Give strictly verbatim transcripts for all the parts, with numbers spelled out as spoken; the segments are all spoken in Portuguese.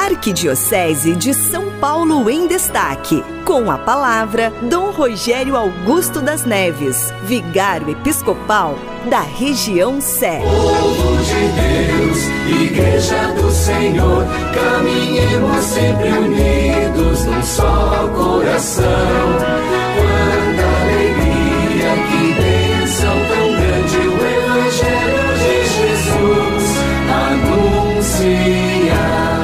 Arquidiocese de São Paulo em Destaque. Com a palavra, Dom Rogério Augusto das Neves, vigário episcopal da região Sé. Povo de Deus, Igreja do Senhor, caminhemos sempre unidos num só coração. Quanta alegria, que bênção tão grande o Evangelho de Jesus anuncia.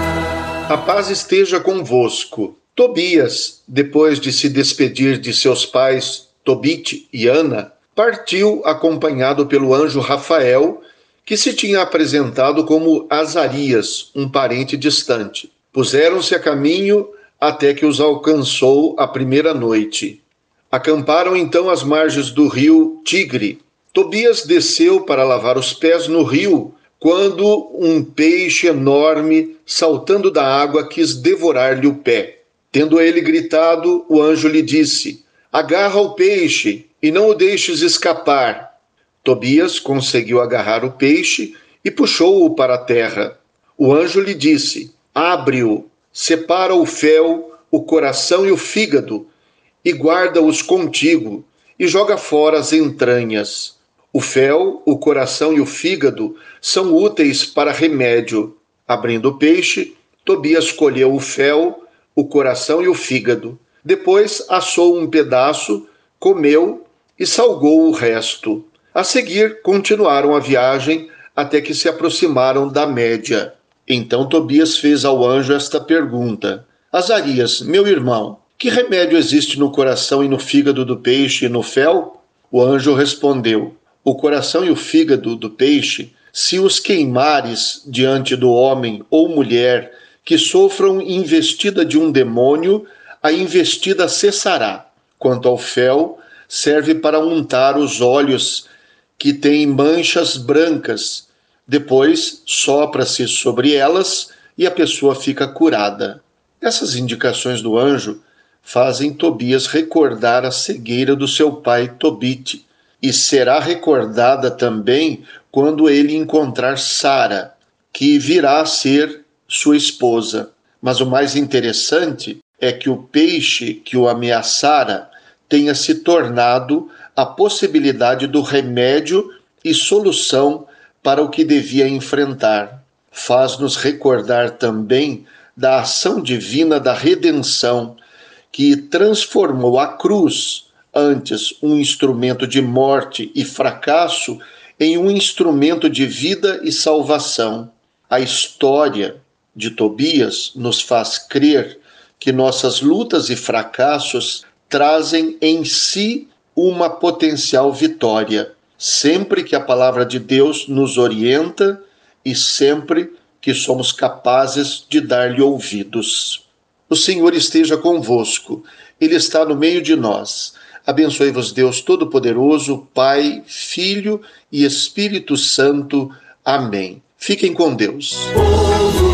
A paz esteja convosco. Tobias, depois de se despedir de seus pais Tobit e Ana, partiu acompanhado pelo anjo Rafael, que se tinha apresentado como Azarias, um parente distante. Puseram-se a caminho até que os alcançou a primeira noite. Acamparam então às margens do rio Tigre. Tobias desceu para lavar os pés no rio, quando um peixe enorme, saltando da água, quis devorar-lhe o pé. Tendo ele gritado, o anjo lhe disse: agarra o peixe e não o deixes escapar. Tobias conseguiu agarrar o peixe e puxou-o para a terra. O anjo lhe disse: abre-o, separa o fel, o coração e o fígado, e guarda-os contigo, e joga fora as entranhas. O fel, o coração e o fígado são úteis para remédio. Abrindo o peixe, Tobias colheu o fel, o coração e o fígado. Depois assou um pedaço, comeu e salgou o resto. A seguir, continuaram a viagem até que se aproximaram da Média. Então Tobias fez ao anjo esta pergunta: Azarias, meu irmão, que remédio existe no coração e no fígado do peixe e no fel? O anjo respondeu: o coração e o fígado do peixe, se os queimares diante do homem ou mulher que sofram investida de um demônio, a investida cessará. Quanto ao fel, serve para untar os olhos que têm manchas brancas. Depois sopra-se sobre elas e a pessoa fica curada. Essas indicações do anjo fazem Tobias recordar a cegueira do seu pai Tobit, e será recordada também quando ele encontrar Sara, que virá a ser sua esposa. Mas o mais interessante é que o peixe que o ameaçara tenha se tornado a possibilidade do remédio e solução para o que devia enfrentar. Faz-nos recordar também da ação divina da redenção, que transformou a cruz, antes um instrumento de morte e fracasso, em um instrumento de vida e salvação. A história de Tobias nos faz crer que nossas lutas e fracassos trazem em si uma potencial vitória, sempre que a palavra de Deus nos orienta e sempre que somos capazes de dar-lhe ouvidos. O Senhor esteja convosco, Ele está no meio de nós. Abençoe-vos Deus Todo-Poderoso, Pai, Filho e Espírito Santo. Amém. Fiquem com Deus. Povo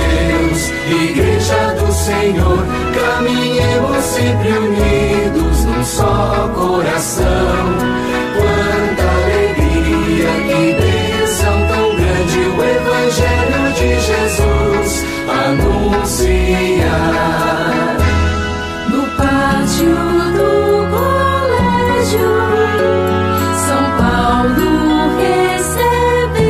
de Deus, Igreja do Senhor, caminhemos sempre unidos num só coração. Quanta alegria, que bênção tão grande o Evangelho de Jesus anuncia. No pátio do colégio, São Paulo recebeu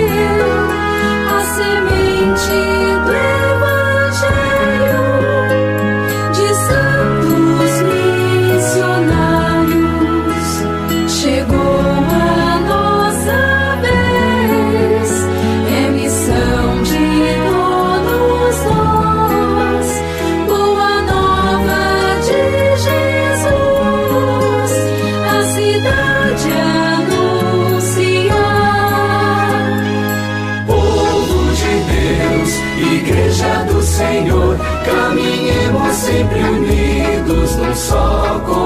a semente do Evangelho de santos missionários. Chegou a nossa vez, é missão de todos nós. Boa nova de Jesus, a cidade anunciar. Povo de Deus, Igreja do Senhor, caminhemos sempre unidos num só coração.